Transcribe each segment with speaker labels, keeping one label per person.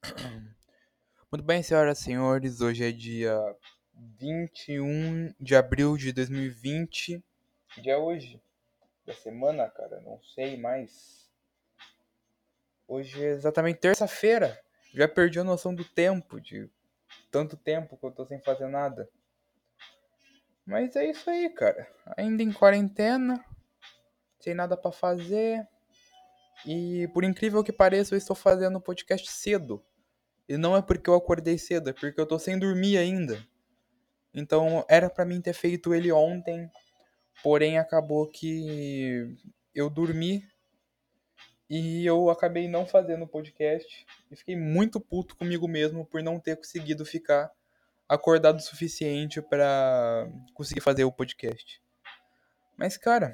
Speaker 1: Muito bem, senhoras e senhores, hoje é dia 21 de abril de 2020. Que dia é hoje? Da semana, cara? Não sei mais. Hoje é exatamente terça-feira. Já perdi a noção do tempo, de tanto tempo que eu tô sem fazer nada. Mas é isso aí, cara. Ainda em quarentena, sem nada pra fazer. E por incrível que pareça, eu estou fazendo o podcast cedo. E não é porque eu acordei cedo, é porque eu tô sem dormir ainda. Então era pra mim ter feito ele ontem, porém acabou que eu dormi e eu acabei não fazendo o podcast e fiquei muito puto comigo mesmo por não ter conseguido ficar acordado o suficiente pra conseguir fazer o podcast. Mas cara,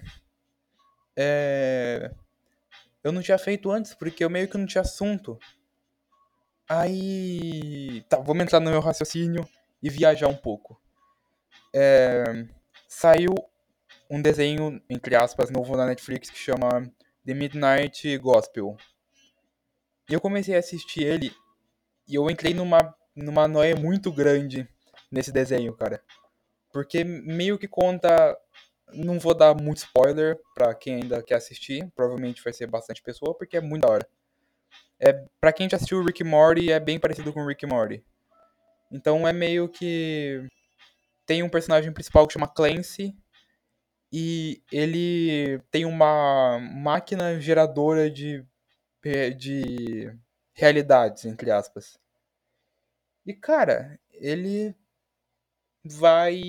Speaker 1: eu não tinha feito antes porque eu meio que não tinha assunto. Aí, tá, vamos entrar no meu raciocínio e viajar um pouco. Saiu um desenho, entre aspas, novo na Netflix que chama The Midnight Gospel. E eu comecei a assistir ele e eu entrei numa noia muito grande nesse desenho, cara. Porque meio que conta. Não vou dar muito spoiler pra quem ainda quer assistir. Provavelmente vai ser bastante pessoa, porque é muito da hora. Pra quem já assistiu o Rick and Morty, é bem parecido com o Rick and Morty. Então é meio que. Tem um personagem principal que chama Clancy. E ele tem uma máquina geradora de realidades, entre aspas. E, cara, ele vai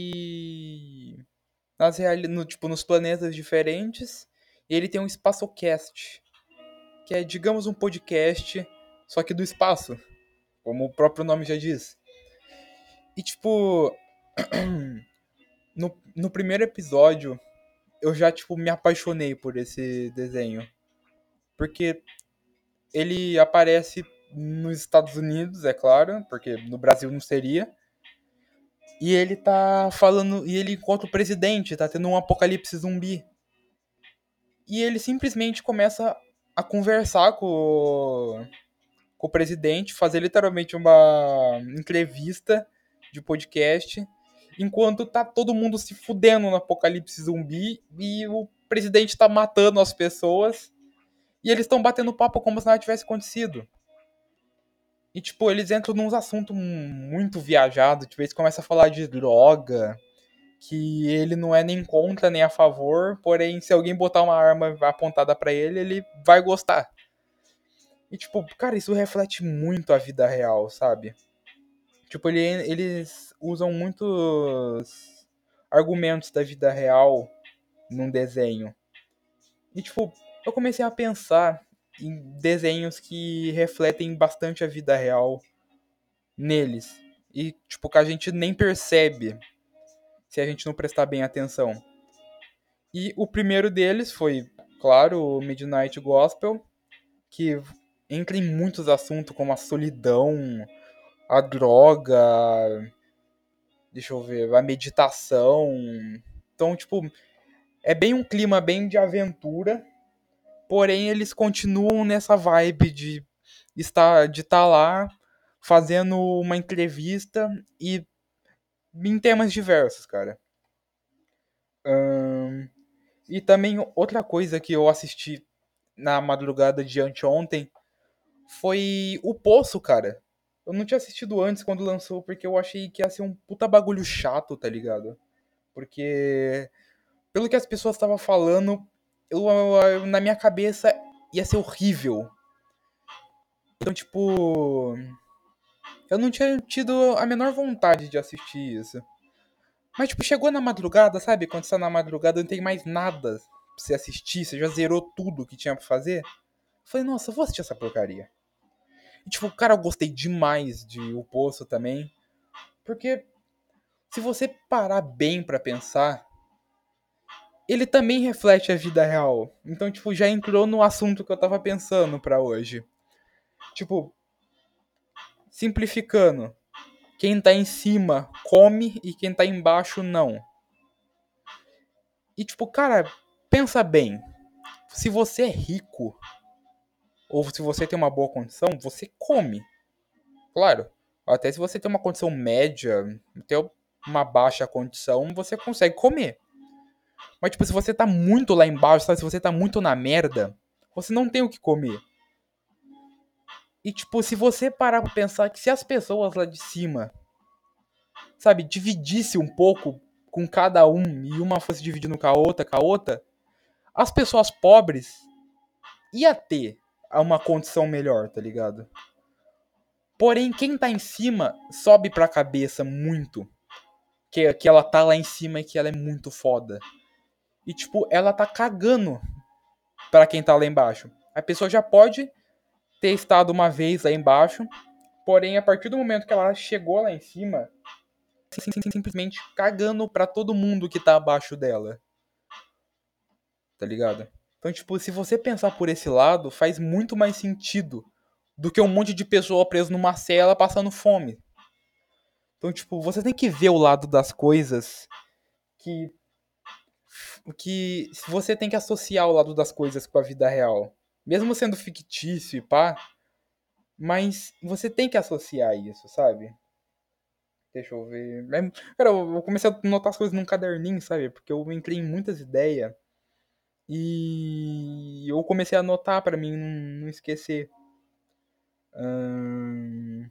Speaker 1: tipo, nos planetas diferentes e ele tem um SpaçoCast, que é, digamos, um podcast, só que do espaço, como o próprio nome já diz. E, tipo, no primeiro episódio, eu já, tipo, me apaixonei por esse desenho. Porque ele aparece nos Estados Unidos, é claro, porque no Brasil não seria. E ele tá falando. E ele encontra o presidente, tá tendo um apocalipse zumbi. E ele simplesmente começa a conversar com o presidente, fazer literalmente uma entrevista de podcast, enquanto tá todo mundo se fudendo no apocalipse zumbi e o presidente tá matando as pessoas. E eles estão batendo papo como se nada tivesse acontecido. E, tipo, eles entram num assunto muito viajado. Tipo, eles começam a falar de droga, que ele não é nem contra nem a favor, porém, se alguém botar uma arma apontada pra ele, ele vai gostar. E, tipo, cara, isso reflete muito a vida real, sabe? Tipo, eles usam muitos argumentos da vida real num desenho. E, tipo, eu comecei a pensar em desenhos que refletem bastante a vida real neles. E, tipo, que a gente nem percebe se a gente não prestar bem atenção. E o primeiro deles foi, claro, o Midnight Gospel, que entra em muitos assuntos como a solidão, a droga, deixa eu ver, a meditação. Então, tipo, é bem um clima bem de aventura, porém eles continuam nessa vibe de estar lá fazendo uma entrevista e em temas diversos, cara. E também outra coisa que eu assisti na madrugada de anteontem foi O Poço, cara. Eu não tinha assistido antes quando lançou, porque eu achei que ia ser um puta bagulho chato, tá ligado? Porque, pelo que as pessoas estavam falando, na minha cabeça ia ser horrível. Então, tipo, eu não tinha tido a menor vontade de assistir isso. Mas, tipo, chegou na madrugada, sabe? Quando você tá na madrugada não tem mais nada pra você assistir, você já zerou tudo que tinha pra fazer. Eu falei, nossa, eu vou assistir essa porcaria. E, tipo, cara, eu gostei demais de O Poço também. Porque se você parar bem pra pensar, ele também reflete a vida real. Então, tipo, já entrou no assunto que eu tava pensando pra hoje. Tipo, simplificando, quem tá em cima come e quem tá embaixo não. E, tipo, cara, pensa bem. Se você é rico, ou se você tem uma boa condição, você come. Claro, até se você tem uma condição média, até uma baixa condição, você consegue comer. Mas, tipo, se você tá muito lá embaixo, sabe? Se você tá muito na merda, você não tem o que comer. E, tipo, se você parar pra pensar que se as pessoas lá de cima, sabe, dividisse um pouco com cada um e uma fosse dividindo com a outra, as pessoas pobres ia ter uma condição melhor, tá ligado? Porém, quem tá em cima sobe pra cabeça muito. Que ela tá lá em cima e que ela é muito foda. E, tipo, ela tá cagando pra quem tá lá embaixo. A pessoa já pode ter estado uma vez lá embaixo, porém, a partir do momento que ela chegou lá em cima, simplesmente cagando pra todo mundo que tá abaixo dela. Tá ligado? Então, tipo, se você pensar por esse lado, faz muito mais sentido do que um monte de pessoa preso numa cela passando fome. Então, tipo, você tem que ver o lado das coisas que você tem que associar o lado das coisas com a vida real. Mesmo sendo fictício e pá, mas você tem que associar isso, sabe? Deixa eu ver. Cara, eu comecei a notar as coisas num caderninho, sabe? Porque eu entrei em muitas ideias e eu comecei a anotar pra mim não esquecer. Ahn,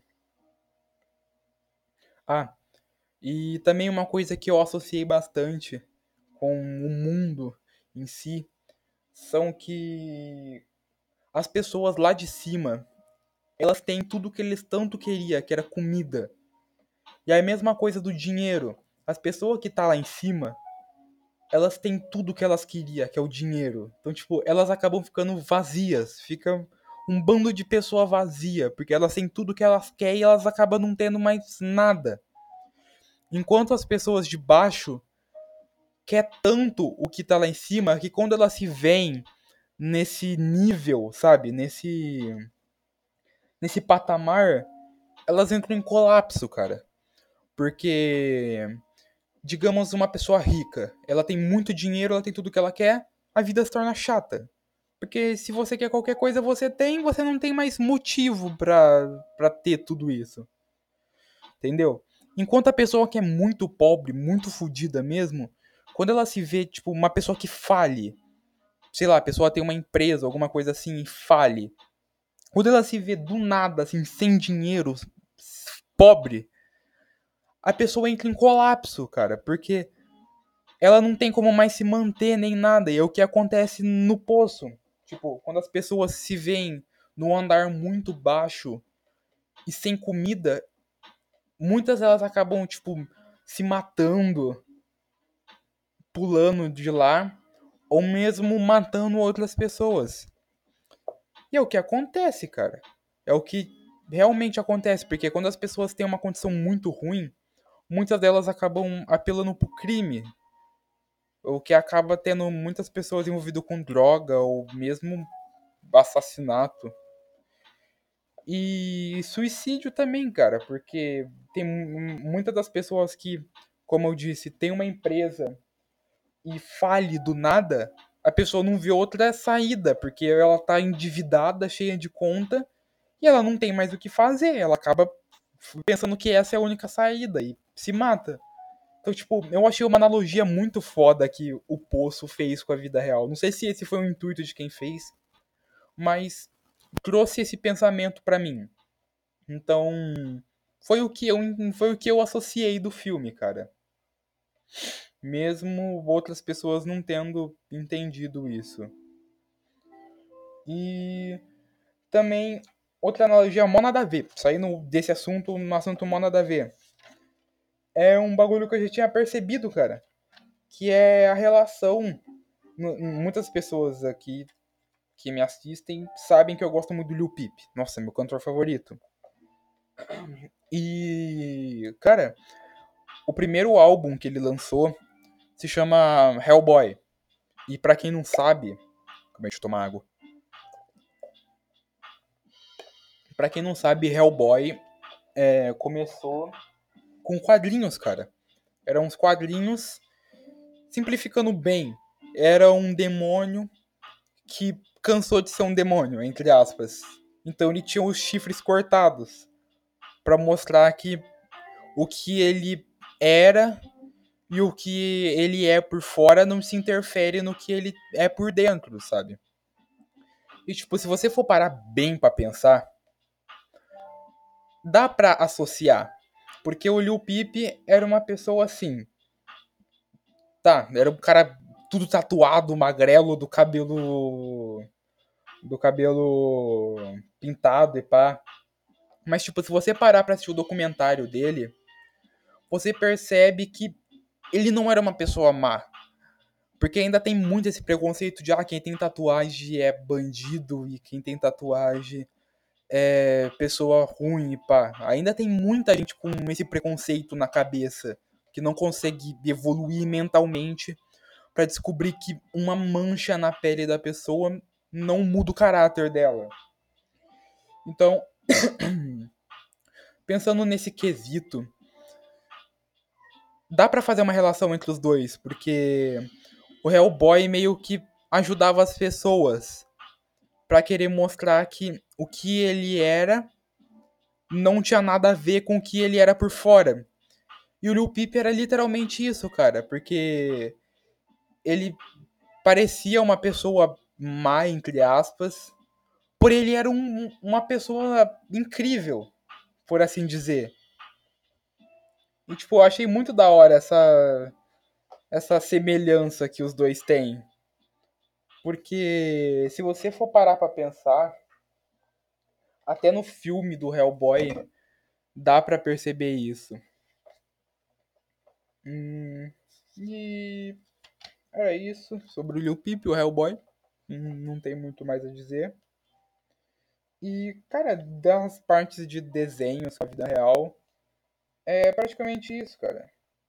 Speaker 1: Ah, e também uma coisa que eu associei bastante com o mundo em si são que as pessoas lá de cima, elas têm tudo que eles tanto queriam, que era comida. E é a mesma coisa do dinheiro. As pessoas que tá lá em cima, elas têm tudo que elas queriam, que é o dinheiro. Então, tipo, elas acabam ficando vazias. Fica um bando de pessoa vazia, porque elas têm tudo que elas querem e elas acabam não tendo mais nada. Enquanto as pessoas de baixo quer tanto o que tá lá em cima que quando elas se veem nesse nível, sabe? Nesse patamar, elas entram em colapso, cara. Porque, digamos, uma pessoa rica, ela tem muito dinheiro, ela tem tudo que ela quer, a vida se torna chata. Porque se você quer qualquer coisa, você não tem mais motivo pra ter tudo isso. Entendeu? Enquanto a pessoa que é muito pobre, muito fodida mesmo, quando ela se vê, tipo, uma pessoa que fale, sei lá, a pessoa tem uma empresa, alguma coisa assim, e fale. Quando ela se vê do nada, assim, sem dinheiro, pobre, a pessoa entra em colapso, cara, porque ela não tem como mais se manter nem nada. E é o que acontece no poço. Tipo, quando as pessoas se veem num andar muito baixo e sem comida, muitas delas acabam, tipo, se matando, pulando de lá, ou mesmo matando outras pessoas. E é o que acontece, cara. É o que realmente acontece, porque quando as pessoas têm uma condição muito ruim, muitas delas acabam apelando pro crime, o que acaba tendo muitas pessoas envolvidas com droga ou mesmo assassinato. E suicídio também, cara, porque tem muitas das pessoas que, como eu disse, tem uma empresa e fale do nada, a pessoa não vê outra saída, porque ela tá endividada, cheia de conta, e ela não tem mais o que fazer. Ela acaba pensando que essa é a única saída e se mata. Então, tipo, eu achei uma analogia muito foda que o Poço fez com a vida real. Não sei se esse foi o intuito de quem fez, mas trouxe esse pensamento pra mim. Então, foi o que eu associei do filme, cara. Mesmo outras pessoas não tendo entendido isso. E também outra analogia mó nada a ver, saindo desse assunto, um assunto mó nada a ver. É um bagulho que eu já tinha percebido, cara, que é a relação. Muitas pessoas aqui que me assistem sabem que eu gosto muito do Lil Peep. Nossa, meu cantor favorito. E, cara, o primeiro álbum que ele lançou se chama Hellboy. E pra quem não sabe, como é de tomar água. Pra quem não sabe, Hellboy começou com quadrinhos, cara. Eram uns quadrinhos, simplificando bem, era um demônio que cansou de ser um demônio, entre aspas. Então ele tinha os chifres cortados. pra mostrar que o que ele era e o que ele é por fora não se interfere no que ele é por dentro, sabe? E, tipo, se você for parar bem pra pensar, dá pra associar. Porque o Lil Peep era uma pessoa assim. Tá, era um cara tudo tatuado, magrelo, do cabelo. Do cabelo pintado e pá. Mas, tipo, se você parar pra assistir o documentário dele, você percebe que ele não era uma pessoa má. Porque ainda tem muito esse preconceito de quem tem tatuagem é bandido e quem tem tatuagem é pessoa ruim e pá. Ainda tem muita gente com esse preconceito na cabeça que não consegue evoluir mentalmente pra descobrir que uma mancha na pele da pessoa não muda o caráter dela. Então, pensando nesse quesito, dá pra fazer uma relação entre os dois, porque o Hellboy meio que ajudava as pessoas pra querer mostrar que o que ele era não tinha nada a ver com o que ele era por fora. E o Lil Peep era literalmente isso, cara, porque ele parecia uma pessoa má, entre aspas, porém ele era uma pessoa incrível, por assim dizer. E, tipo, eu achei muito da hora essa semelhança que os dois têm. Porque se você for parar pra pensar, até no filme do Hellboy dá pra perceber isso. E é isso sobre o Lil Peep, o Hellboy. Não tem muito mais a dizer. E, cara, das partes de desenho, sua vida real, é praticamente isso, cara.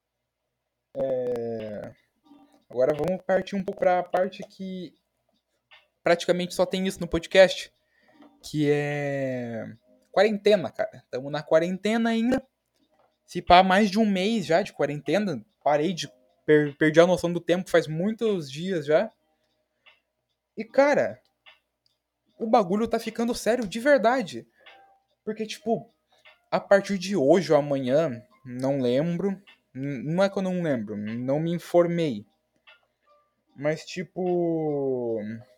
Speaker 1: Agora vamos partir um pouco pra parte que praticamente só tem isso no podcast, que é quarentena, cara. Estamos na quarentena ainda. Se pá, mais de um mês já de quarentena. Parei de. Perdi a noção do tempo faz muitos dias já. E, cara, o bagulho tá ficando sério de verdade. Porque, tipo, a partir de hoje ou amanhã, não lembro. Não é que eu não lembro, não me informei. Mas, tipo.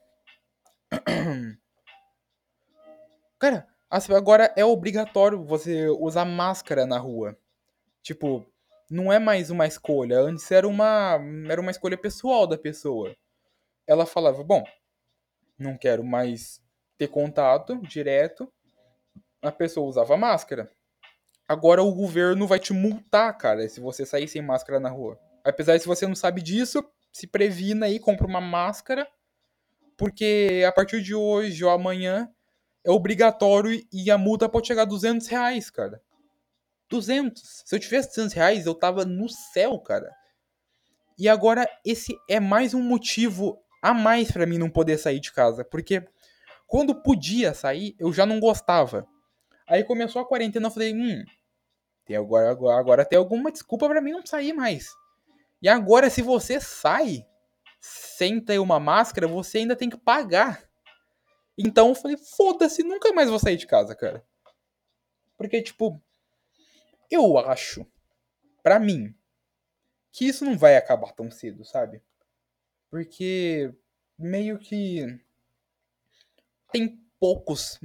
Speaker 1: Cara, agora é obrigatório você usar máscara na rua. Tipo, não é mais uma escolha. Antes era uma escolha pessoal da pessoa. Ela falava, bom, não quero mais ter contato direto. A pessoa usava máscara. Agora o governo vai te multar, cara, se você sair sem máscara na rua. Apesar de se você não sabe disso, se previna aí, compra uma máscara, porque a partir de hoje ou amanhã é obrigatório e a multa pode chegar a R$ 200, cara. 200. Se eu tivesse R$ 200, eu tava no céu, cara. E agora esse é mais um motivo a mais pra mim não poder sair de casa, porque quando podia sair, eu já não gostava. Aí começou a quarentena, eu falei, tem agora tem alguma desculpa pra mim não sair mais. E agora, se você sai sem ter uma máscara, você ainda tem que pagar. Então eu falei, foda-se, nunca mais vou sair de casa, cara. Porque, tipo, eu acho, pra mim, que isso não vai acabar tão cedo, sabe? Porque meio que tem poucos.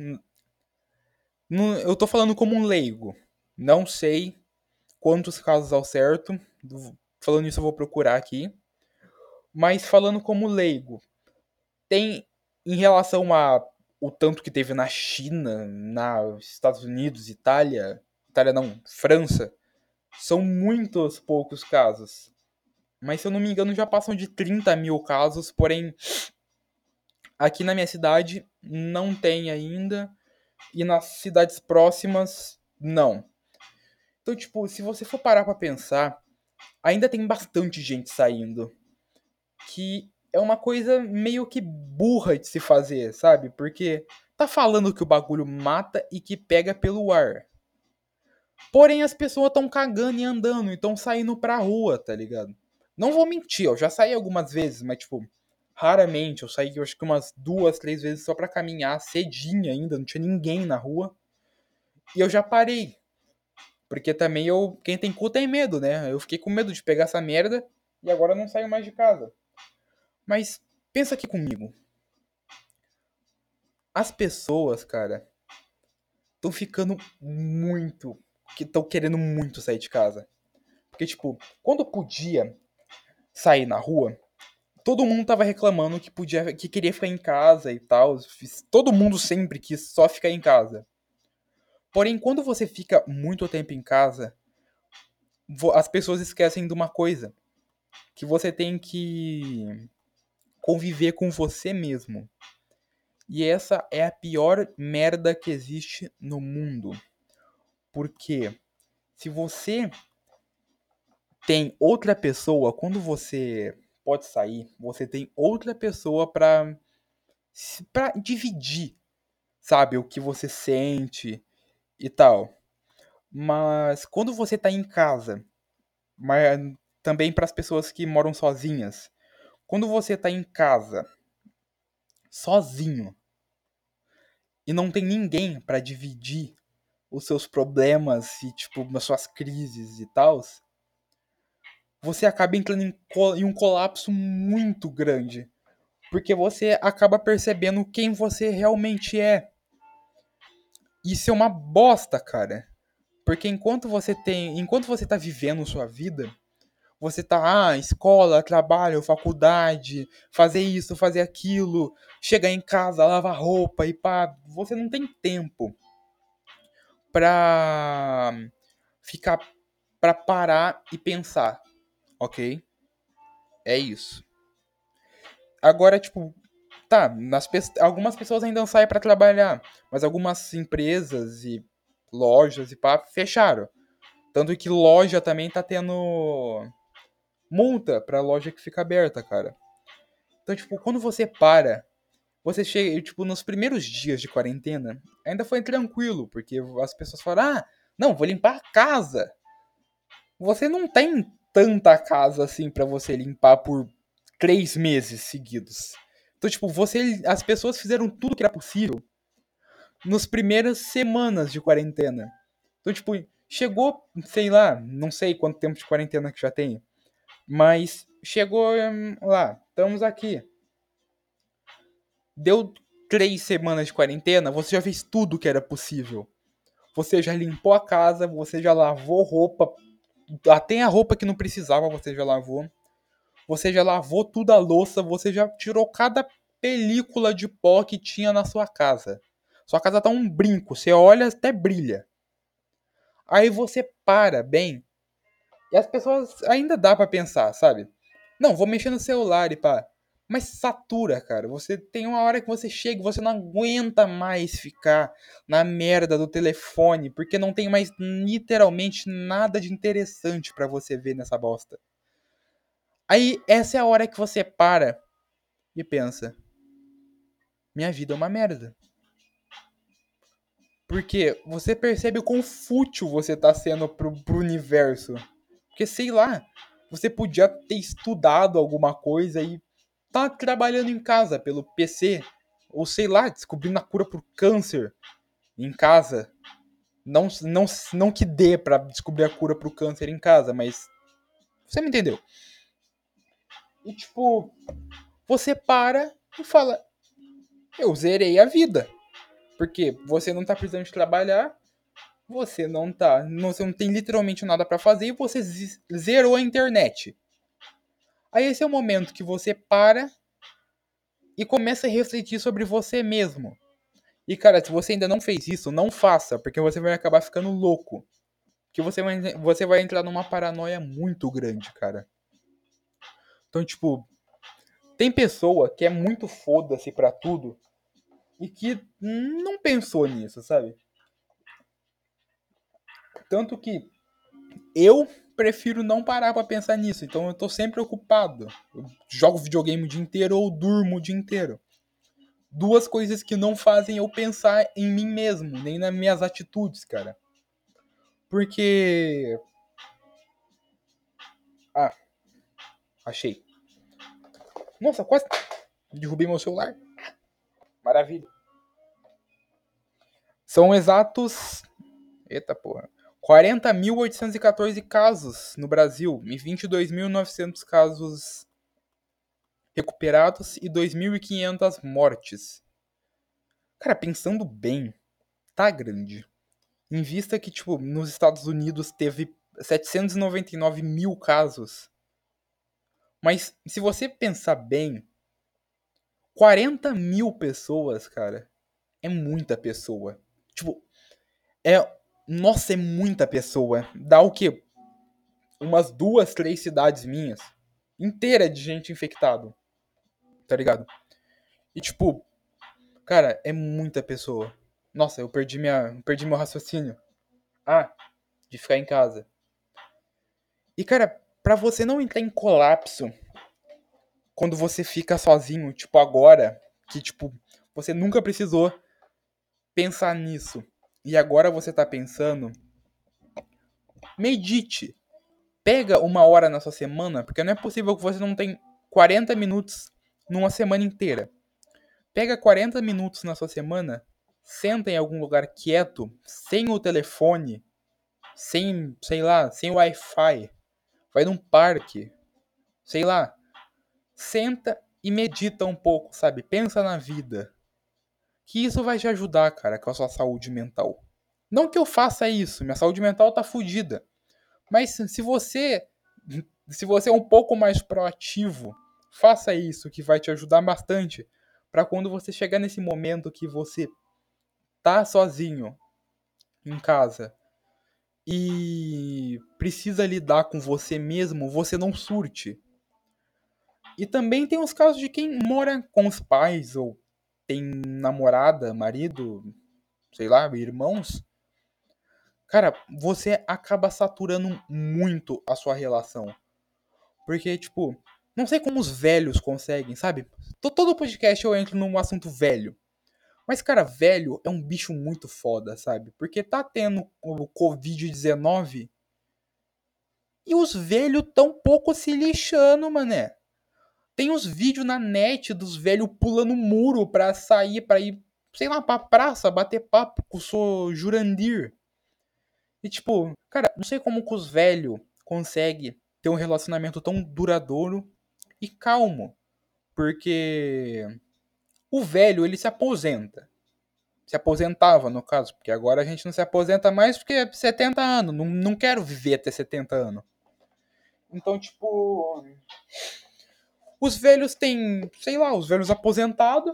Speaker 1: Eu tô falando como um leigo. Não sei quantos casos ao certo. Falando isso, eu vou procurar aqui. Mas falando como leigo, tem em relação a o tanto que teve na China, nos Estados Unidos, Itália não, França, são muitos poucos casos. Mas se eu não me engano já passam de 30 mil casos, porém aqui na minha cidade não tem ainda e nas cidades próximas não. Então, tipo, se você for parar pra pensar, ainda tem bastante gente saindo. Que é uma coisa meio que burra de se fazer, sabe? Porque tá falando que o bagulho mata e que pega pelo ar. Porém, as pessoas estão cagando e andando e estão saindo pra rua, tá ligado? Não vou mentir, eu já saí algumas vezes, mas tipo, raramente. Eu saí, eu acho que umas 2, 3 vezes só pra caminhar, cedinho ainda, não tinha ninguém na rua. E eu já parei. Porque também quem tem cu tem medo, né? Eu fiquei com medo de pegar essa merda e agora eu não saio mais de casa. Mas pensa aqui comigo. As pessoas, cara, estão ficando muito, que estão querendo muito sair de casa. Porque, tipo, quando podia sair na rua, todo mundo tava reclamando que queria ficar em casa e tal. Todo mundo sempre quis só ficar em casa. Porém, quando você fica muito tempo em casa, as pessoas esquecem de uma coisa, que você tem que conviver com você mesmo. E essa é a pior merda que existe no mundo. Porque se você tem outra pessoa, quando você pode sair, você tem outra pessoa pra dividir, sabe, o que você sente e tal. Mas quando você tá em casa, mas também para as pessoas que moram sozinhas, quando você tá em casa sozinho e não tem ninguém pra dividir os seus problemas e tipo as suas crises e tal, você acaba entrando em um colapso muito grande. Porque você acaba percebendo quem você realmente é. Isso é uma bosta, cara. Porque enquanto você tá vivendo sua vida, você tá, escola, trabalho, faculdade, fazer isso, fazer aquilo, chegar em casa, lavar roupa e pá, você não tem tempo pra ficar, pra parar e pensar, ok? É isso. Agora, tipo, tá, algumas pessoas ainda saem pra trabalhar, mas algumas empresas e lojas e pá fecharam. Tanto que loja também tá tendo multa pra loja que fica aberta, cara. Então, tipo, quando você para, você chega, tipo, nos primeiros dias de quarentena, ainda foi tranquilo, porque as pessoas falaram, não, vou limpar a casa. Você não tem tanta casa assim pra você limpar por 3 meses seguidos. Então, tipo, as pessoas fizeram tudo que era possível nas primeiras semanas de quarentena. Então, tipo, chegou, sei lá, não sei quanto tempo de quarentena que já tem, mas chegou lá, estamos aqui. Deu 3 semanas de quarentena, você já fez tudo que era possível. Você já limpou a casa, você já lavou roupa, até a roupa que não precisava você já lavou. Você já lavou toda a louça, você já tirou cada película de pó que tinha na sua casa. Sua casa tá um brinco, você olha até brilha. Aí você para bem. E as pessoas ainda dá pra pensar, sabe? Não, vou mexer no celular e pá. Mas satura, cara. Você tem uma hora que você chega e você não aguenta mais ficar na merda do telefone, porque não tem mais literalmente nada de interessante pra você ver nessa bosta. Aí essa é a hora que você para e pensa: minha vida é uma merda. Porque você percebe o quão fútil você tá sendo pro universo. Porque sei lá, você podia ter estudado alguma coisa e tá trabalhando em casa pelo PC. Ou sei lá, descobrindo a cura pro câncer em casa. Não que dê pra descobrir a cura pro câncer em casa, mas você me entendeu. E tipo, você para e fala: eu zerei a vida. Porque você não tá precisando de trabalhar, você não tem literalmente nada pra fazer e você zerou a internet. Aí esse é o momento que você para e começa a refletir sobre você mesmo. E cara, se você ainda não fez isso, não faça, porque você vai acabar ficando louco. Que você vai entrar numa paranoia muito grande, cara. Então, tipo, tem pessoa que é muito foda-se pra tudo e que não pensou nisso, sabe? Tanto que eu prefiro não parar pra pensar nisso, então eu tô sempre ocupado. Eu jogo videogame o dia inteiro ou durmo o dia inteiro. Duas coisas que não fazem eu pensar em mim mesmo, nem nas minhas atitudes, cara. Porque. Ah, achei. Nossa, quase derrubei meu celular. Maravilha. São exatos. Eita porra. 40.814 casos no Brasil e 22.900 casos recuperados e 2.500 mortes. Cara, pensando bem, tá grande. Em vista que, tipo, nos Estados Unidos teve 799 mil casos. Mas se você pensar bem, 40 mil pessoas, cara, é muita pessoa. Tipo, é. Nossa, é muita pessoa. Dá o quê? Umas 2, 3 cidades minhas. Inteira de gente infectado. Tá ligado? E tipo, cara, é muita pessoa. Nossa, perdi meu raciocínio. Ah, de ficar em casa. E cara, pra você não entrar em colapso quando você fica sozinho, tipo agora, que tipo, você nunca precisou pensar nisso. E agora você tá pensando, medite. Pega uma hora na sua semana, porque não é possível que você não tenha 40 minutos numa semana inteira. Pega 40 minutos na sua semana, senta em algum lugar quieto, sem o telefone, sem, sei lá, sem Wi-Fi. Vai num parque, sei lá. Senta e medita um pouco, sabe? Pensa na vida. Que isso vai te ajudar, cara, com a sua saúde mental. Não que eu faça isso, minha saúde mental tá fodida. Mas se você é um pouco mais proativo, faça isso que vai te ajudar bastante para quando você chegar nesse momento que você tá sozinho em casa e precisa lidar com você mesmo, você não surte. E também tem os casos de quem mora com os pais ou tem namorada, marido, sei lá, irmãos. Cara, você acaba saturando muito a sua relação. Porque, tipo, não sei como os velhos conseguem, sabe? Todo podcast eu entro num assunto velho. Mas, cara, velho é um bicho muito foda, sabe? Porque tá tendo o Covid-19 e os velhos tão pouco se lixando, mané. Tem uns vídeos na net dos velhos pulando muro pra sair, pra ir, sei lá, pra praça, bater papo com o seu Jurandir. E, tipo, cara, não sei como que os velhos conseguem ter um relacionamento tão duradouro e calmo. Porque o velho, ele se aposenta. Se aposentava, no caso, porque agora a gente não se aposenta mais porque é 70 anos. Não quero viver até 70 anos. Então, tipo. Os velhos têm, sei lá, os velhos aposentados,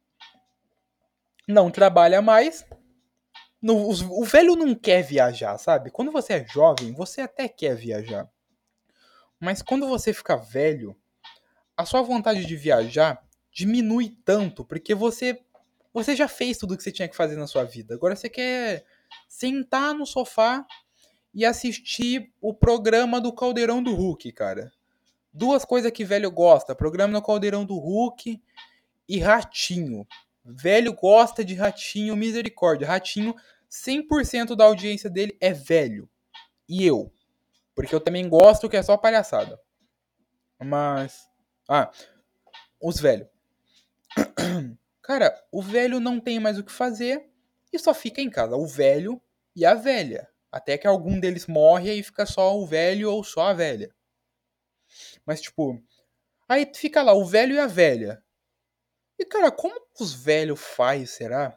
Speaker 1: não trabalha mais. O velho não quer viajar, sabe? Quando você é jovem, você até quer viajar. Mas quando você fica velho, a sua vontade de viajar diminui tanto, porque você já fez tudo o que você tinha que fazer na sua vida. Agora você quer sentar no sofá e assistir o programa do Caldeirão do Hulk, cara. Duas coisas que velho gosta: programa no Caldeirão do Hulk e Ratinho. Velho gosta de Ratinho, misericórdia. Ratinho, 100% da audiência dele é velho. E eu. Porque eu também gosto que é só palhaçada. Mas. Ah, os velhos. Cara, o velho não tem mais o que fazer e só fica em casa. O velho e a velha. Até que algum deles morre e fica só o velho ou só a velha. Mas, tipo. Aí fica lá o velho e a velha. E, cara, como os velhos faz, será?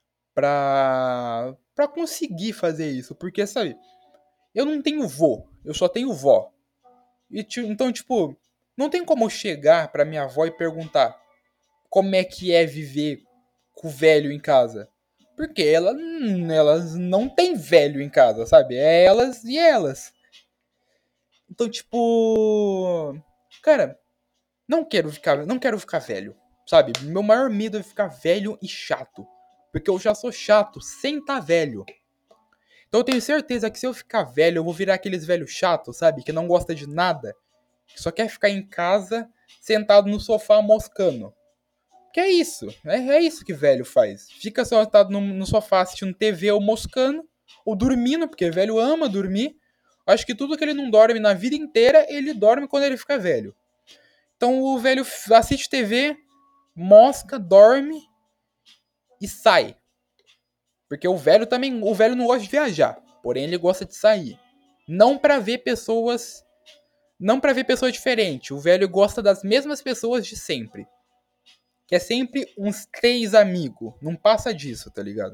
Speaker 1: Pra conseguir fazer isso. Porque, sabe, eu não tenho vô, eu só tenho vó. Então, tipo, não tem como eu chegar pra minha avó e perguntar como é que é viver com o velho em casa. Porque elas não têm velho em casa, sabe? É elas e elas. Então, tipo. Cara, não quero ficar velho, sabe? Meu maior medo é ficar velho e chato. Porque eu já sou chato sem tá velho. Então eu tenho certeza que se eu ficar velho, eu vou virar aqueles velhos chatos, sabe? Que não gosta de nada. Que só quer ficar em casa, sentado no sofá moscando. Que é isso. É isso que velho faz. Fica sentado no sofá assistindo TV ou moscando. Ou dormindo, porque velho ama dormir. Acho que tudo que ele não dorme na vida inteira, ele dorme quando ele fica velho. Então o velho assiste TV, mosca, dorme e sai. Porque o velho não gosta de viajar. Porém, ele gosta de sair. Não pra ver pessoas. Não pra ver pessoas diferentes. O velho gosta das mesmas pessoas de sempre. Que é sempre uns 3 amigos. Não passa disso, tá ligado?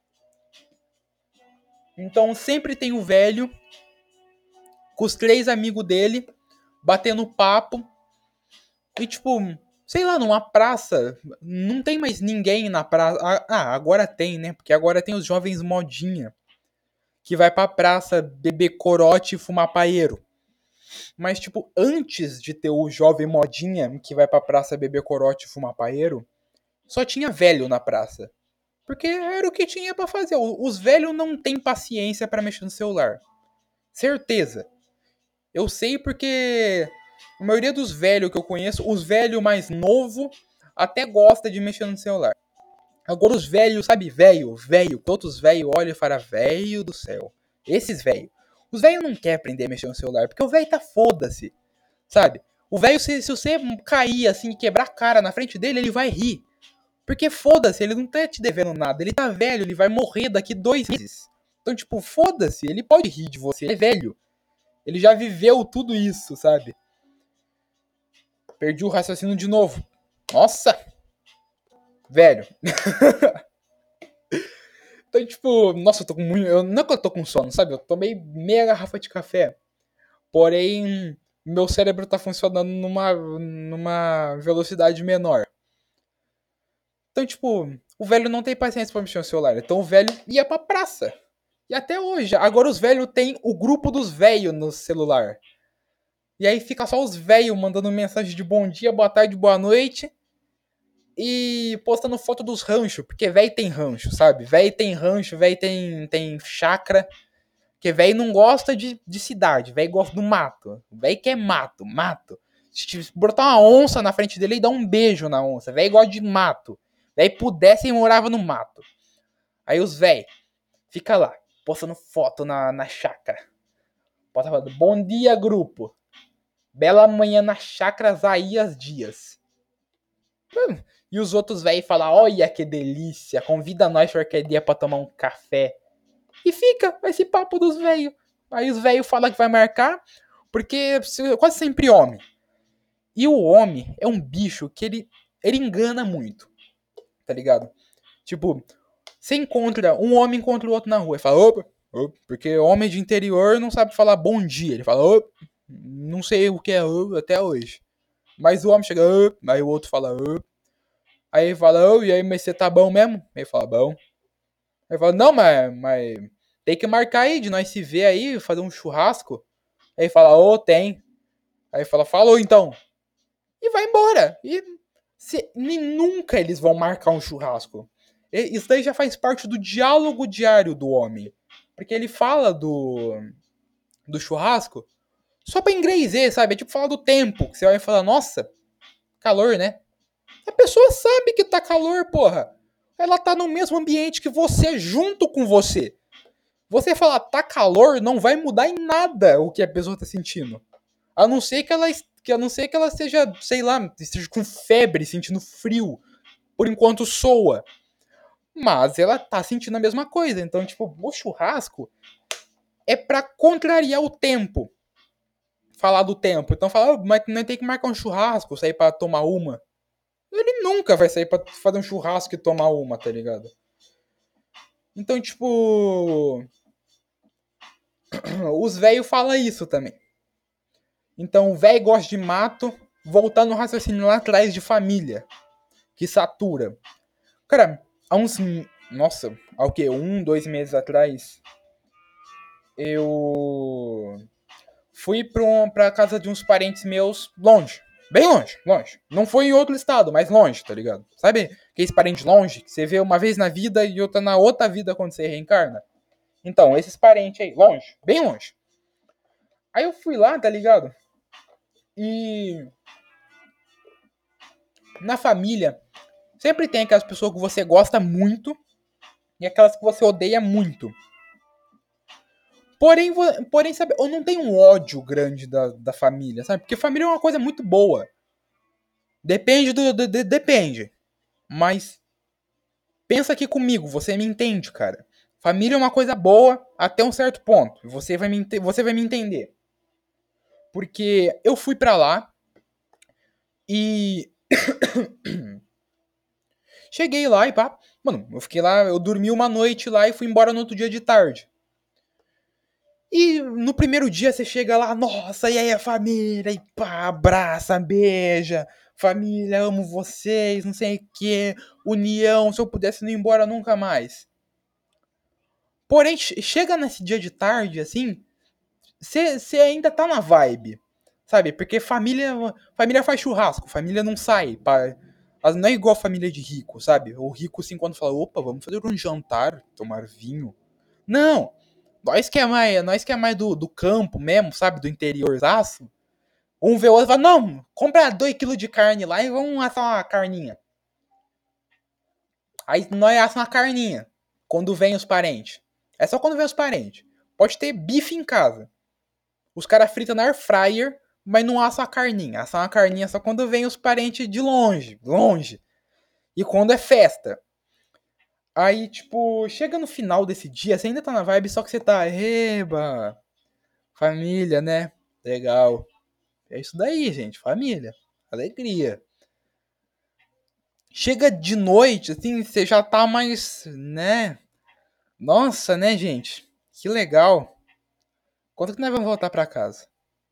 Speaker 1: Então sempre tem o velho com os 3 amigos dele, batendo papo. E tipo, sei lá, numa praça, não tem mais ninguém na praça. Ah, agora tem, né? Porque agora tem os jovens modinha, que vai pra praça beber corote e fumar paeiro. Mas, tipo, antes de ter o jovem modinha que vai pra praça beber corote e fumar paeiro, só tinha velho na praça. Porque era o que tinha pra fazer. Os velhos não têm paciência pra mexer no celular. Certeza. Eu sei porque a maioria dos velhos que eu conheço, os velhos mais novo até gosta de mexer no celular. Agora os velhos, sabe, velho, todos os velhos olham e falam, velho do céu. Esses velhos. Os velhos não querem aprender a mexer no celular, porque o velho tá foda-se, sabe? O velho, se você cair assim e quebrar a cara na frente dele, ele vai rir. Porque foda-se, ele não tá te devendo nada. Ele tá velho, ele vai morrer daqui 2 meses. Então, tipo, foda-se, ele pode rir de você, ele é velho. Ele já viveu tudo isso, sabe? Perdi o raciocínio de novo. Nossa! Velho. Então, tipo, nossa, eu tô com muito. Não é que eu tô com sono, sabe? Eu tomei meia garrafa de café. Porém, meu cérebro tá funcionando numa velocidade menor. Então, tipo, o velho não tem paciência pra mexer no celular. Então o velho ia pra praça. E até hoje. Agora os velhos têm o grupo dos velhos no celular. E aí fica só os velhos mandando mensagem de bom dia, boa tarde, boa noite. E postando foto dos ranchos. Porque velho tem rancho, sabe? Velho tem rancho, velho tem chácara. Porque velho não gosta de cidade. Velho gosta do mato. Velho quer mato, mato. Se botar uma onça na frente dele e dar um beijo na onça. Velho gosta de mato. Velho pudesse e morava no mato. Aí os velho fica lá, postando foto na chácara. Bota falando, bom dia, grupo. Bela manhã na chácara Zaías Dias. E os outros velhos falam, olha que delícia, convida nós qualquer dia pra tomar um café. E fica esse papo dos velhos. Aí os velhos falam que vai marcar, porque quase sempre homem. E o homem é um bicho que ele engana muito, tá ligado? Tipo, você encontra, um homem encontra o outro na rua e fala, opa, opa, porque homem de interior não sabe falar bom dia. Ele fala, opa, não sei o que é opa até hoje. Mas o homem chega, opa, aí o outro fala, opa. Aí ele fala, oh, e aí, mas você tá bom mesmo? Aí ele fala, bom. Aí ele fala, não, mas tem que marcar aí, de nós se ver aí, fazer um churrasco. Aí ele fala, ô, tem. Aí ele fala, falou então. E vai embora. E nunca eles vão marcar um churrasco. Isso daí já faz parte do diálogo diário do homem. Porque ele fala do churrasco só pra engrezer, sabe? É tipo falar do tempo. Que você vai falar, nossa, calor, né? A pessoa sabe que tá calor, porra. Ela tá no mesmo ambiente que você, junto com você. Você falar tá calor, não vai mudar em nada o que a pessoa tá sentindo. A não ser que ela, seja, sei lá, esteja com febre, sentindo frio. Por enquanto soa. Mas ela tá sentindo a mesma coisa. Então, tipo, o churrasco é pra contrariar o tempo. Falar do tempo. Então fala, oh, mas não tem que marcar um churrasco, sair pra tomar uma. Ele nunca vai sair pra fazer um churrasco e tomar uma, tá ligado? Então, tipo. Os velhos falam isso também. Então, o velho gosta de mato, voltando no raciocínio lá atrás de família. Que satura. Cara, há uns. Nossa, há o quê? 2 meses atrás. Eu fui pra casa de uns parentes meus longe. Bem longe, longe. Não foi em outro estado, mas longe, tá ligado? Sabe aqueles parentes longe que você vê uma vez na vida e outra na outra vida quando você reencarna? Então, esses parentes aí, longe, bem longe. Aí eu fui lá, tá ligado? E na família, sempre tem aquelas pessoas que você gosta muito e aquelas que você odeia muito. Porém, sabe, eu não tenho um ódio grande da família, sabe? Porque família é uma coisa muito boa. Depende depende. Mas pensa aqui comigo, você me entende, cara. Família é uma coisa boa até um certo ponto. Você vai me entender. Porque eu fui pra lá e cheguei lá e pá. Mano, eu fiquei lá, eu dormi uma noite lá e fui embora no outro dia de tarde. E no primeiro dia você chega lá, nossa, e aí a família, e pá, abraça, beija, família, amo vocês, não sei o que, união, se eu pudesse não ir embora nunca mais. Porém, chega nesse dia de tarde, assim, você ainda tá na vibe, sabe? Porque família faz churrasco, família não sai, pá. Não é igual família de rico, sabe? O rico, assim, quando fala, opa, vamos fazer um jantar, tomar vinho. Não, nós que é mais do campo mesmo, sabe? Do interiorzaço. Um vê o outro e fala, não, compra 2 quilos de carne lá e vamos assar uma carninha. Aí nós assamos uma carninha. Quando vem os parentes. É só quando vem os parentes. Pode ter bife em casa. Os caras fritam na air fryer, mas não assam a carninha. Assam a carninha só quando vem os parentes de longe. Longe. E quando é festa. Aí, tipo, chega no final desse dia, você ainda tá na vibe, só que você tá, eba, família, né? Legal. É isso daí, gente. Família. Alegria. Chega de noite, assim, você já tá mais, né? Nossa, né, gente? Que legal. Quando que nós vamos voltar pra casa?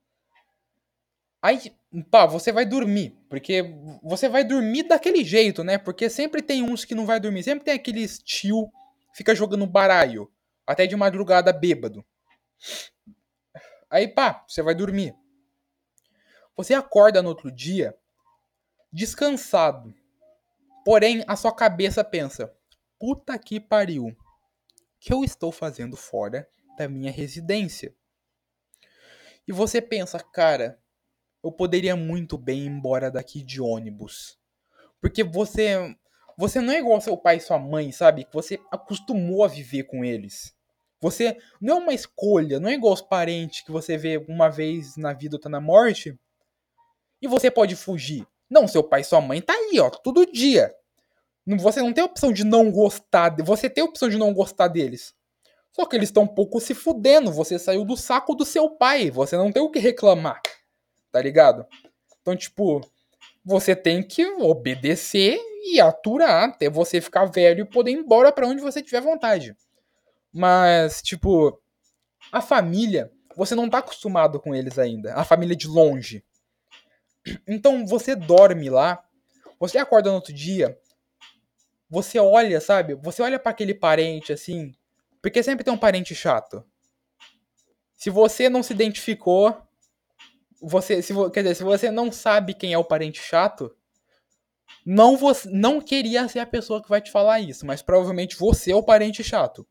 Speaker 1: Aí, pá, você vai dormir. Porque você vai dormir daquele jeito, né? Porque sempre tem uns que não vai dormir. Sempre tem aqueles tio que fica jogando baralho. Até de madrugada bêbado. Aí, pá, você vai dormir. Você acorda no outro dia descansado. Porém, a sua cabeça pensa: puta que pariu. O que eu estou fazendo fora da minha residência? E você pensa, cara, eu poderia muito bem ir embora daqui de ônibus. Porque você não é igual seu pai e sua mãe, sabe? Que você acostumou a viver com eles. Você não é uma escolha, não é igual os parentes que você vê uma vez na vida ou tá na morte e você pode fugir. Não, seu pai e sua mãe tá aí, ó, todo dia. Você não tem a opção de não gostar, você tem a opção de não gostar deles. Só que eles estão um pouco se fudendo, você saiu do saco do seu pai, você não tem o que reclamar, tá ligado? Então, tipo, você tem que obedecer e aturar até você ficar velho e poder ir embora pra onde você tiver vontade. Mas, tipo, a família, você não tá acostumado com eles ainda. A família de longe. Então você dorme lá, você acorda no outro dia, você olha, sabe? Você olha pra aquele parente assim, porque sempre tem um parente chato. Se você não se identificou, quer dizer, se você não sabe quem é o parente chato, não queria ser a pessoa que vai te falar isso, mas provavelmente você é o parente chato.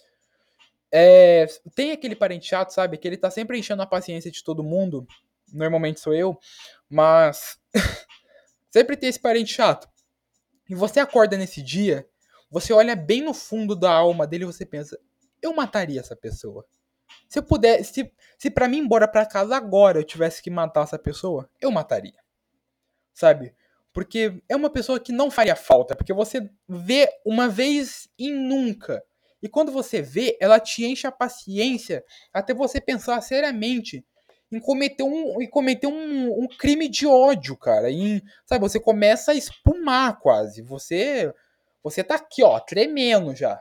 Speaker 1: Tem aquele parente chato, sabe? Que ele tá sempre enchendo a paciência de todo mundo. Normalmente sou eu, mas sempre tem esse parente chato. E você acorda nesse dia, você olha bem no fundo da alma dele e você pensa: eu mataria essa pessoa. Se eu pudesse, se para mim ir embora pra casa agora eu tivesse que matar essa pessoa, eu mataria. Sabe? Porque é uma pessoa que não faria falta, porque você vê uma vez e nunca. E quando você vê, ela te enche a paciência até você pensar seriamente em cometer um crime de ódio, cara. Sabe, você começa a espumar quase. Você tá aqui, ó, tremendo já.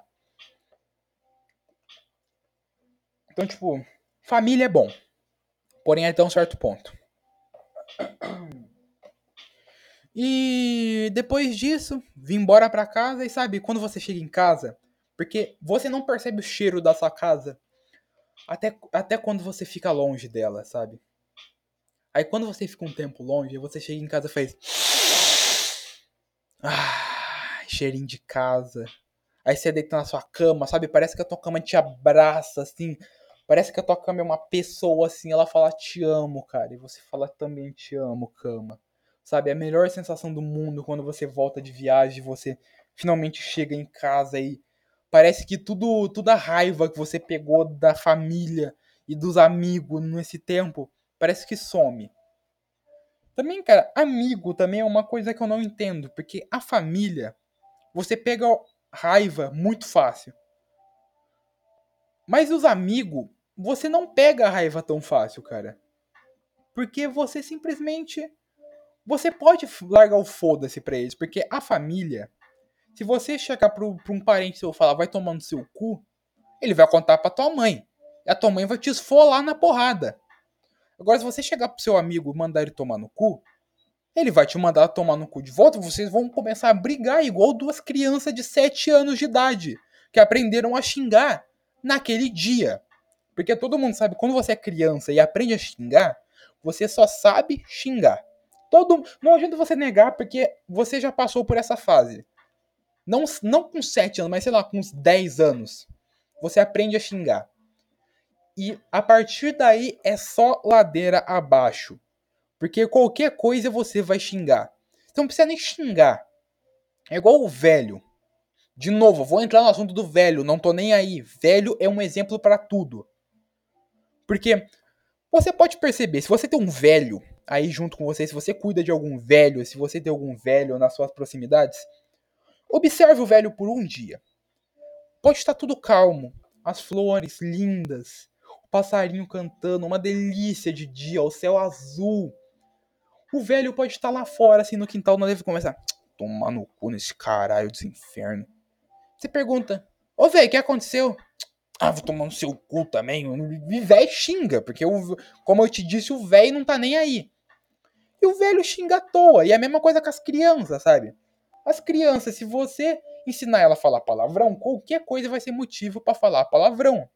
Speaker 1: Então, tipo, família é bom. Porém, até um certo ponto. E depois disso, vim embora pra casa e sabe, quando você chega em casa, porque você não percebe o cheiro da sua casa até quando você fica longe dela, sabe? Aí quando você fica um tempo longe, você chega em casa e faz. Cheirinho de casa. Aí você deita na sua cama, sabe? Parece que a tua cama te abraça, assim. Parece que a tua cama é uma pessoa, assim. Ela fala, te amo, cara. E você fala, também te amo, cama. Sabe? É a melhor sensação do mundo quando você volta de viagem, você finalmente chega em casa e parece que toda a raiva que você pegou da família e dos amigos nesse tempo, parece que some. Também, cara, amigo também é uma coisa que eu não entendo, porque a família, você pega raiva muito fácil. Mas os amigos, você não pega a raiva tão fácil, cara. Porque você simplesmente. Você pode largar o foda-se pra eles. Porque a família, se você chegar pra um parente seu e falar vai tomar no seu cu, ele vai contar pra tua mãe. E a tua mãe vai te esfolar na porrada. Agora, se você chegar pro seu amigo e mandar ele tomar no cu, ele vai te mandar tomar no cu de volta e vocês vão começar a brigar igual duas crianças de 7 anos de idade que aprenderam a xingar naquele dia. Porque todo mundo sabe, quando você é criança e aprende a xingar, você só sabe xingar. Não adianta você negar, porque você já passou por essa fase. Não com 7 anos, mas sei lá, com uns 10 anos. Você aprende a xingar. E a partir daí é só ladeira abaixo. Porque qualquer coisa você vai xingar. Você não precisa nem xingar. É igual o velho. De novo, vou entrar no assunto do velho, não tô nem aí. Velho é um exemplo pra tudo. Porque você pode perceber, se você tem um velho aí junto com você, se você cuida de algum velho, se você tem algum velho nas suas proximidades, observe o velho por um dia. Pode estar tudo calmo, as flores lindas, o passarinho cantando, uma delícia de dia, o céu azul. O velho pode estar lá fora, assim, no quintal, não deve começar. Tomar no cu nesse caralho dos infernos. Você pergunta, ô velho, o que aconteceu? Ah, vou tomar no seu cu também. E velho xinga, porque, como eu te disse, o velho não tá nem aí. E o velho xinga à toa. E é a mesma coisa com as crianças, sabe? As crianças, se você ensinar ela a falar palavrão, qualquer coisa vai ser motivo pra falar palavrão.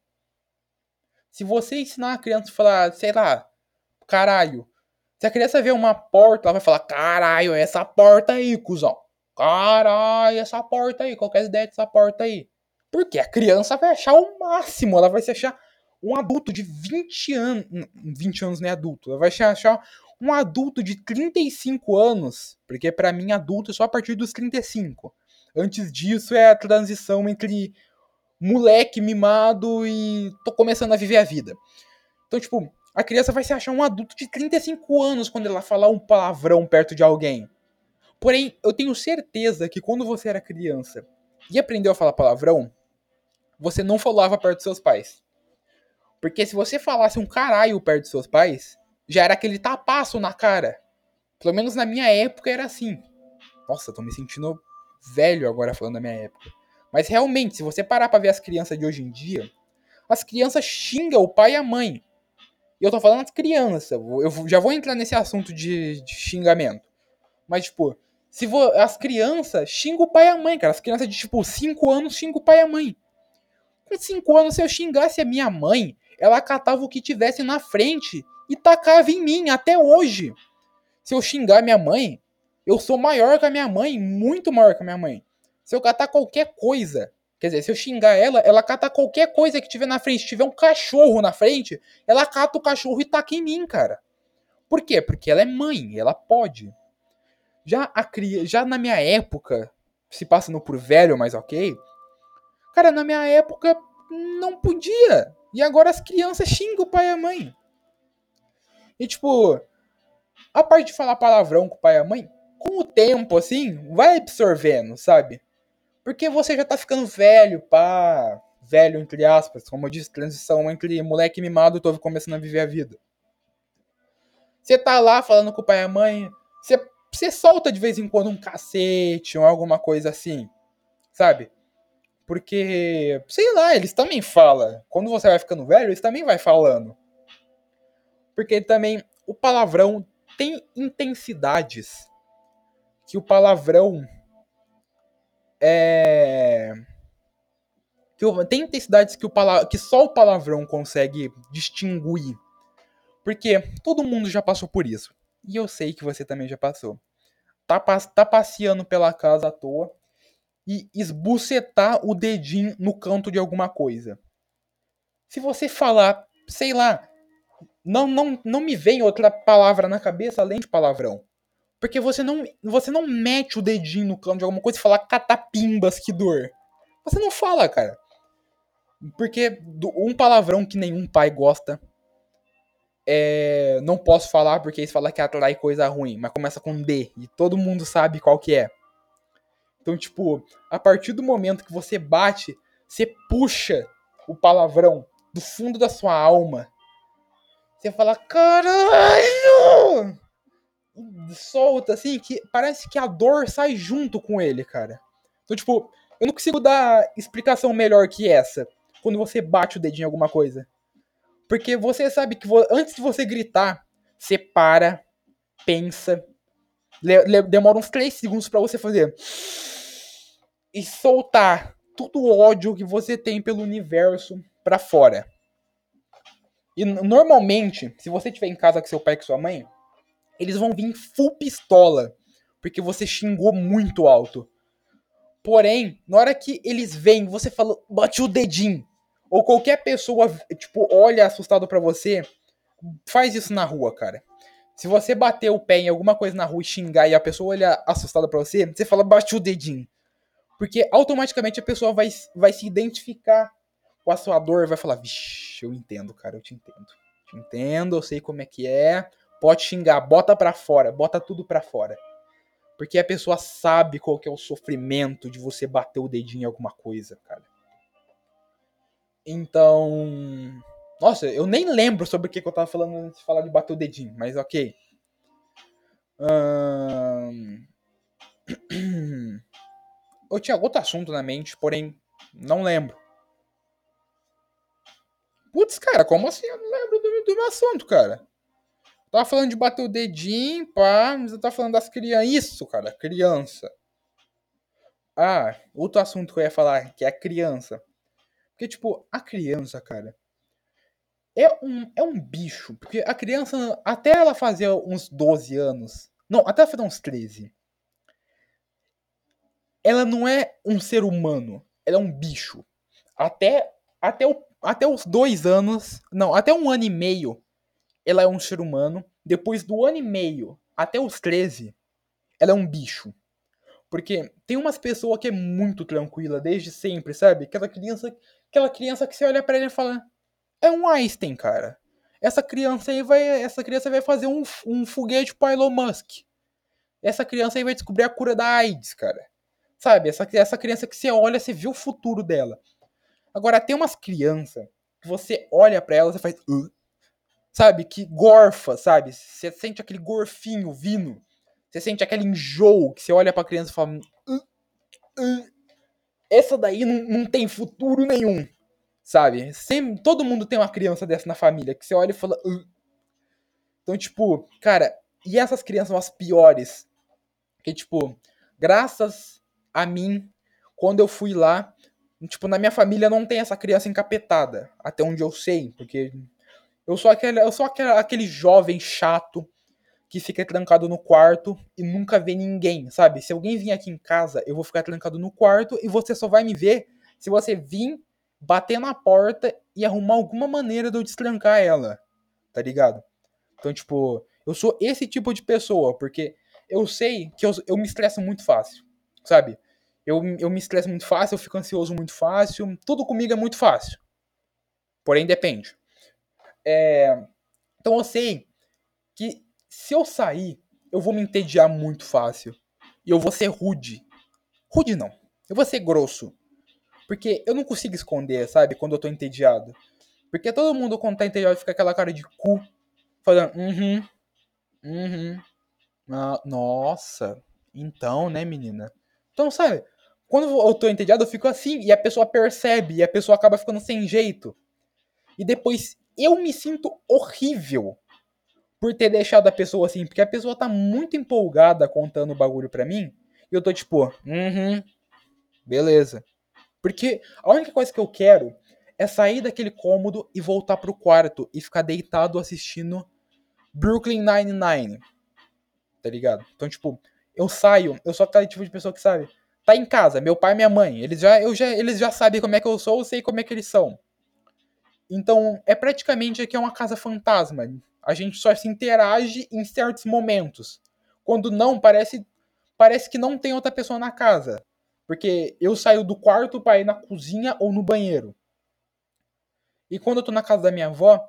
Speaker 1: Se você ensinar a criança a falar, sei lá, caralho. Se a criança vê uma porta, ela vai falar, caralho, é essa porta aí, cuzão. Caralho, essa porta aí, qual que é a ideia dessa porta aí? Porque a criança vai achar o máximo, ela vai se achar um adulto de 20 anos. 20 anos não é adulto, ela vai se achar um adulto de 35 anos. Porque pra mim, adulto é só a partir dos 35. Antes disso é a transição entre moleque mimado e tô começando a viver a vida. Então, tipo, a criança vai se achar um adulto de 35 anos quando ela falar um palavrão perto de alguém. Porém, eu tenho certeza que quando você era criança e aprendeu a falar palavrão, você não falava perto dos seus pais. Porque se você falasse um caralho perto dos seus pais, já era aquele tapaço na cara. Pelo menos na minha época era assim. Nossa, tô me sentindo velho agora falando da minha época. Mas realmente, se você parar pra ver as crianças de hoje em dia, as crianças xingam o pai e a mãe. E eu tô falando das crianças. Eu já vou entrar nesse assunto de xingamento. Mas, tipo, as crianças xingam o pai e a mãe, cara. As crianças de, tipo, 5 anos xingam o pai e a mãe. Com 5 anos, se eu xingasse a minha mãe, ela catava o que tivesse na frente e tacava em mim até hoje. Se eu xingar minha mãe, eu sou maior que a minha mãe, muito maior que a minha mãe. Se eu catar qualquer coisa, quer dizer, se eu xingar ela, ela cata qualquer coisa que tiver na frente. Se tiver um cachorro na frente, ela cata o cachorro e taca em mim, cara. Por quê? Porque ela é mãe, ela pode. Já na minha época, se passando por velho, mas ok. Cara, na minha época não podia. E agora as crianças xingam o pai e a mãe. E tipo, a parte de falar palavrão com o pai e a mãe, com o tempo, assim, vai absorvendo, sabe? Porque você já tá ficando velho, pá. Velho, entre aspas, como eu disse, transição entre moleque mimado e tô começando a viver a vida. Você tá lá falando com o pai e a mãe, você solta de vez em quando um cacete ou alguma coisa assim, sabe? Porque, sei lá, eles também falam. Quando você vai ficando velho, eles também vai falando. Porque também o palavrão tem intensidades que o palavrão é. Tem intensidades que só o palavrão consegue distinguir. Porque todo mundo já passou por isso. E eu sei que você também já passou. Tá passeando pela casa à toa e esbucetar o dedinho no canto de alguma coisa. Se você falar, sei lá, não me vem outra palavra na cabeça além de palavrão. Porque você não mete o dedinho no canto de alguma coisa e fala catapimbas, que dor. Você não fala, cara. Porque um palavrão que nenhum pai gosta não posso falar porque eles falam que atrai coisa ruim, mas começa com D e todo mundo sabe qual que é. Então, tipo, a partir do momento que você bate, você puxa o palavrão do fundo da sua alma. Você fala, caralho! Solta, assim, que parece que a dor sai junto com ele, cara. Então, tipo, eu não consigo dar explicação melhor que essa. Quando você bate o dedinho em alguma coisa. Porque você sabe que antes de você gritar, você para, pensa, demora uns 3 segundos pra você fazer. E soltar todo o ódio que você tem pelo universo pra fora. E normalmente, se você estiver em casa com seu pai e com sua mãe, eles vão vir full pistola. Porque você xingou muito alto. Porém, na hora que eles vêm, você fala, bate o dedinho. Ou qualquer pessoa, tipo, olha assustado pra você, faz isso na rua, cara. Se você bater o pé em alguma coisa na rua e xingar e a pessoa olha assustada pra você, você fala, bate o dedinho. Porque automaticamente a pessoa vai se identificar com a sua dor e vai falar, vixe, eu entendo, cara, eu te entendo. Te entendo, eu sei como é que é. Pode xingar, bota pra fora, bota tudo pra fora. Porque a pessoa sabe qual que é o sofrimento de você bater o dedinho em alguma coisa, cara. Então. Nossa, eu nem lembro sobre o que eu tava falando antes de falar de bater o dedinho, mas ok. Eu tinha outro assunto na mente, porém, não lembro. Putz, cara, como assim eu não lembro do meu assunto, cara? Eu tava falando de bater o dedinho, pá, mas eu tava falando das crianças. Isso, cara, criança. Ah, outro assunto que eu ia falar, que é a criança. Porque, tipo, a criança, cara, é um bicho. Porque a criança, até ela fazer uns 12 anos. Não, até ela fazer uns 13. Ela não é um ser humano. Ela é um bicho. Até os 2 anos. Não, até 1 ano e meio. Ela é um ser humano. Depois do 1 ano e meio até os 13, ela é um bicho. Porque tem umas pessoas que é muito tranquila desde sempre, sabe? Aquela criança que você olha pra ele e fala: é um Einstein, cara. Essa criança vai fazer um foguete pro Elon Musk. Essa criança aí vai descobrir a cura da AIDS, cara. Sabe? Essa criança que você olha, você vê o futuro dela. Agora, tem umas crianças que você olha pra elas e faz. Sabe? Que gorfa, sabe? Você sente aquele gorfinho vindo. Você sente aquele enjoo que você olha pra criança e fala. Essa daí não tem futuro nenhum. Sabe? Todo mundo tem uma criança dessa na família que você olha e fala. Então, tipo, cara, e essas crianças são as piores. Que, tipo, graças a mim, quando eu fui lá, tipo, na minha família não tem essa criança encapetada. Até onde eu sei, porque eu sou aquele jovem chato que fica trancado no quarto e nunca vê ninguém, sabe? Se alguém vir aqui em casa, eu vou ficar trancado no quarto e você só vai me ver se você vir bater na porta e arrumar alguma maneira de eu destrancar ela, tá ligado? Então, tipo, eu sou esse tipo de pessoa, porque eu sei que eu me estresso muito fácil, sabe? Eu me estresso muito fácil, eu fico ansioso muito fácil, tudo comigo é muito fácil. Porém, depende. Então eu sei que se eu sair, eu vou me entediar muito fácil. E eu vou ser rude. Rude não. Eu vou ser grosso. Porque eu não consigo esconder, sabe? Quando eu tô entediado. Porque todo mundo, quando tá entediado, fica aquela cara de cu. Falando, uhum. Ah, nossa. Então, né, menina? Então, sabe? Quando eu tô entediado, eu fico assim. E a pessoa percebe. E a pessoa acaba ficando sem jeito. E depois eu me sinto horrível por ter deixado a pessoa assim, porque a pessoa tá muito empolgada contando o bagulho pra mim, e eu tô tipo, beleza. Porque a única coisa que eu quero é sair daquele cômodo e voltar pro quarto e ficar deitado assistindo Brooklyn Nine-Nine, tá ligado? Então, tipo, eu sou aquele tipo de pessoa que sabe, tá em casa, meu pai e minha mãe, eles já sabem como é que eu sou, eu sei como é que eles são. Então, é praticamente aqui é uma casa fantasma. A gente só se interage em certos momentos. Quando não, parece que não tem outra pessoa na casa. Porque eu saio do quarto para ir na cozinha ou no banheiro. E quando eu tô na casa da minha avó,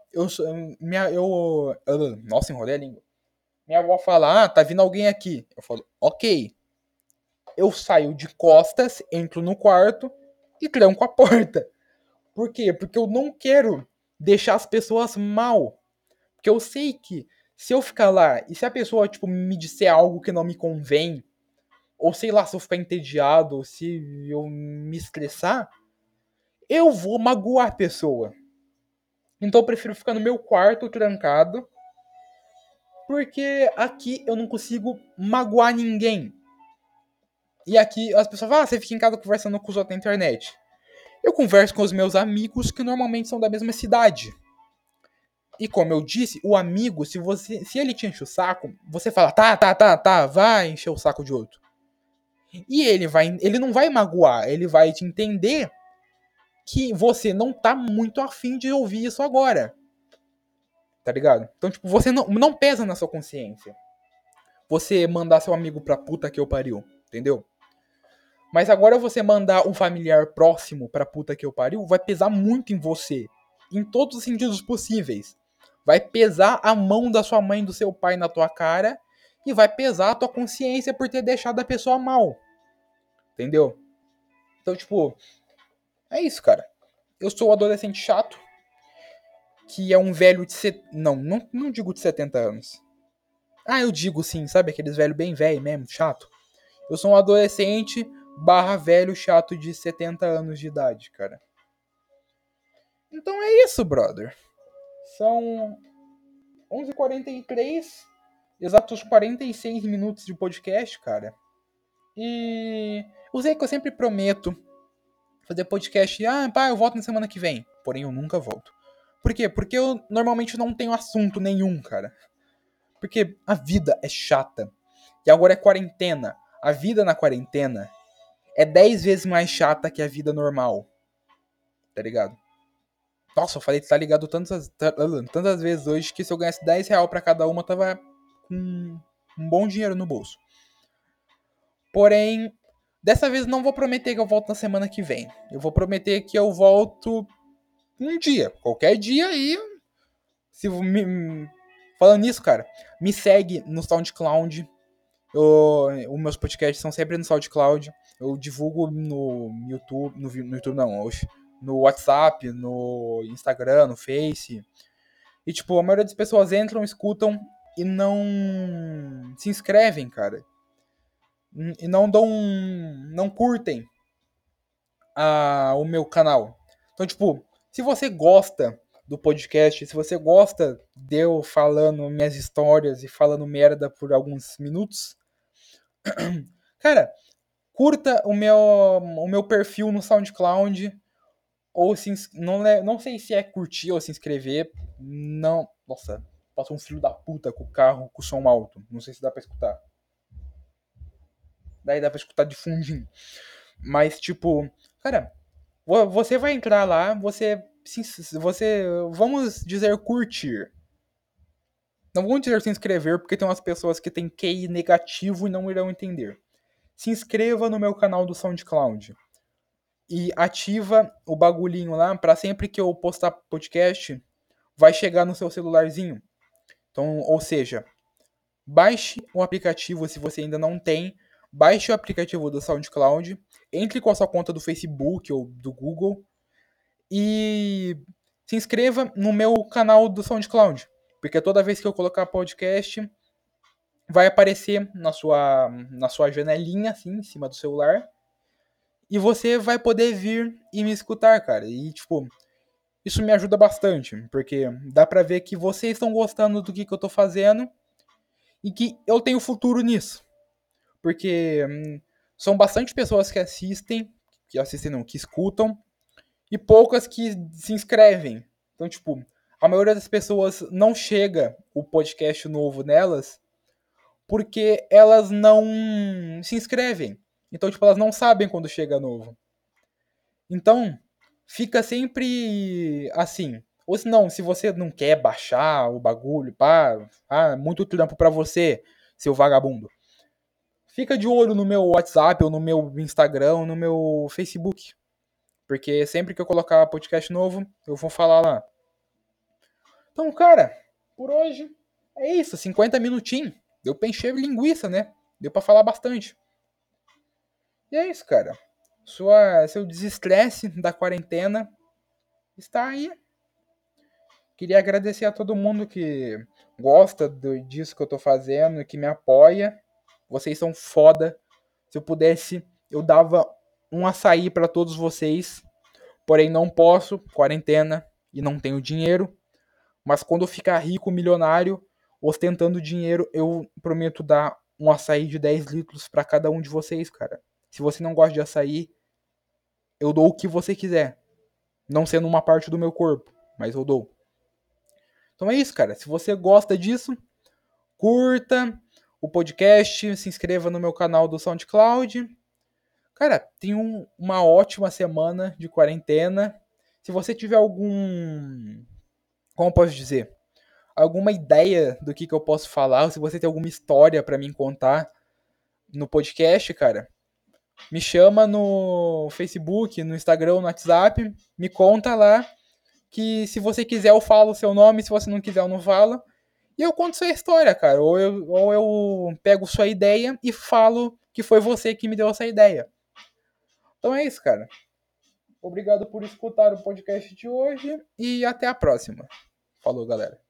Speaker 1: nossa, enrolei a língua. Minha avó fala: "Ah, tá vindo alguém aqui". Eu falo: "OK". Eu saio de costas, entro no quarto e tranco a porta. Por quê? Porque eu não quero deixar as pessoas mal. Porque eu sei que se eu ficar lá e se a pessoa, tipo, me disser algo que não me convém, ou sei lá, se eu ficar entediado, ou se eu me estressar, eu vou magoar a pessoa. Então eu prefiro ficar no meu quarto trancado, porque aqui eu não consigo magoar ninguém. E aqui as pessoas falam, você fica em casa conversando com os outros na internet. Eu converso com os meus amigos que normalmente são da mesma cidade. E como eu disse, o amigo, se ele te enche o saco, você fala, tá, vai encher o saco de outro. E ele não vai magoar, ele vai te entender que você não tá muito afim de ouvir isso agora. Tá ligado? Então, tipo, você não pesa na sua consciência. Você mandar seu amigo pra puta que eu pariu, entendeu? Mas agora você mandar um familiar próximo pra puta que eu pariu, vai pesar muito em você. Em todos os sentidos possíveis. Vai pesar a mão da sua mãe e do seu pai na tua cara. E vai pesar a tua consciência por ter deixado a pessoa mal. Entendeu? Então, tipo, é isso, cara. Eu sou o adolescente chato. Que é um velho de. Não digo de 70 anos. Ah, eu digo sim, sabe? Aqueles velho bem velho mesmo, chato. Eu sou um adolescente barra velho chato de 70 anos de idade, cara. Então é isso, brother. São 11h43, exatos 46 minutos de podcast, cara. E usei que eu sempre prometo fazer podcast. Ah, pá, eu volto na semana que vem. Porém, eu nunca volto. Por quê? Porque eu normalmente não tenho assunto nenhum, cara. Porque a vida é chata. E agora é quarentena. A vida na quarentena é 10 vezes mais chata que a vida normal. Tá ligado? Nossa, eu falei que tá ligado tantas vezes hoje que se eu ganhasse R$ 10 pra cada uma, eu tava com um bom dinheiro no bolso. Porém, dessa vez não vou prometer que eu volto na semana que vem. Eu vou prometer que eu volto um dia. Qualquer dia aí. Falando nisso, cara, me segue no SoundCloud. Os meus podcasts são sempre no SoundCloud. Eu divulgo no YouTube. No YouTube não, hoje. No WhatsApp, no Instagram, no Face. E, tipo, a maioria das pessoas entram, escutam e não se inscrevem, cara. E não curtem o meu canal. Então, tipo, se você gosta do podcast, se você gosta de eu falando minhas histórias e falando merda por alguns minutos, cara, curta o meu perfil no SoundCloud. Ou não sei se é curtir ou se inscrever. Não. Nossa, passou um filho da puta com o carro com o som alto. Não sei se dá pra escutar. Daí dá pra escutar de fundinho. Mas, tipo, cara, você vai entrar lá, você. Vamos dizer curtir. Não vamos dizer se inscrever, porque tem umas pessoas que têm QI negativo e não irão entender. Se inscreva no meu canal do SoundCloud. E ativa o bagulhinho lá para sempre que eu postar podcast, vai chegar no seu celularzinho. Então, ou seja, baixe o aplicativo se você ainda não tem, baixe o aplicativo do SoundCloud, entre com a sua conta do Facebook ou do Google e se inscreva no meu canal do SoundCloud, porque toda vez que eu colocar podcast, vai aparecer na sua janelinha, assim, em cima do celular, e você vai poder vir e me escutar, cara. E, tipo, isso me ajuda bastante, porque dá pra ver que vocês estão gostando do que eu tô fazendo e que eu tenho futuro nisso. Porque são bastante pessoas que assistem não, que escutam, e poucas que se inscrevem. Então, tipo, a maioria das pessoas não chega o podcast novo nelas porque elas não se inscrevem. Então, tipo, elas não sabem quando chega novo. Então, fica sempre assim. Ou se não, se você não quer baixar o bagulho, pá, muito trampo pra você, seu vagabundo. Fica de olho no meu WhatsApp, ou no meu Instagram, ou no meu Facebook. Porque sempre que eu colocar podcast novo, eu vou falar lá. Então, cara, por hoje é isso, 50 minutinhos. Deu pra encher linguiça, né? Deu pra falar bastante. E é isso, cara. Seu desestresse da quarentena. está aí. Queria agradecer a todo mundo que gosta disso que eu tô fazendo, que me apoia. Vocês são foda. Se eu pudesse, eu dava um açaí para todos vocês. Porém, não posso, quarentena, e não tenho dinheiro. Mas quando eu ficar rico, milionário, ostentando dinheiro, eu prometo dar um açaí de 10 litros para cada um de vocês, cara. Se você não gosta de açaí, eu dou o que você quiser. Não sendo uma parte do meu corpo, mas eu dou. Então é isso, cara. Se você gosta disso, curta o podcast, se inscreva no meu canal do SoundCloud. Cara, tenha uma ótima semana de quarentena. Se você tiver algum. Como eu posso dizer? Alguma ideia do que eu posso falar, ou se você tem alguma história para me contar no podcast, cara, me chama no Facebook, no Instagram, no WhatsApp, me conta lá, que se você quiser eu falo o seu nome, se você não quiser eu não falo. E eu conto sua história, cara. Ou eu pego sua ideia e falo que foi você que me deu essa ideia. Então é isso, cara. Obrigado por escutar o podcast de hoje e até a próxima. Falou, galera.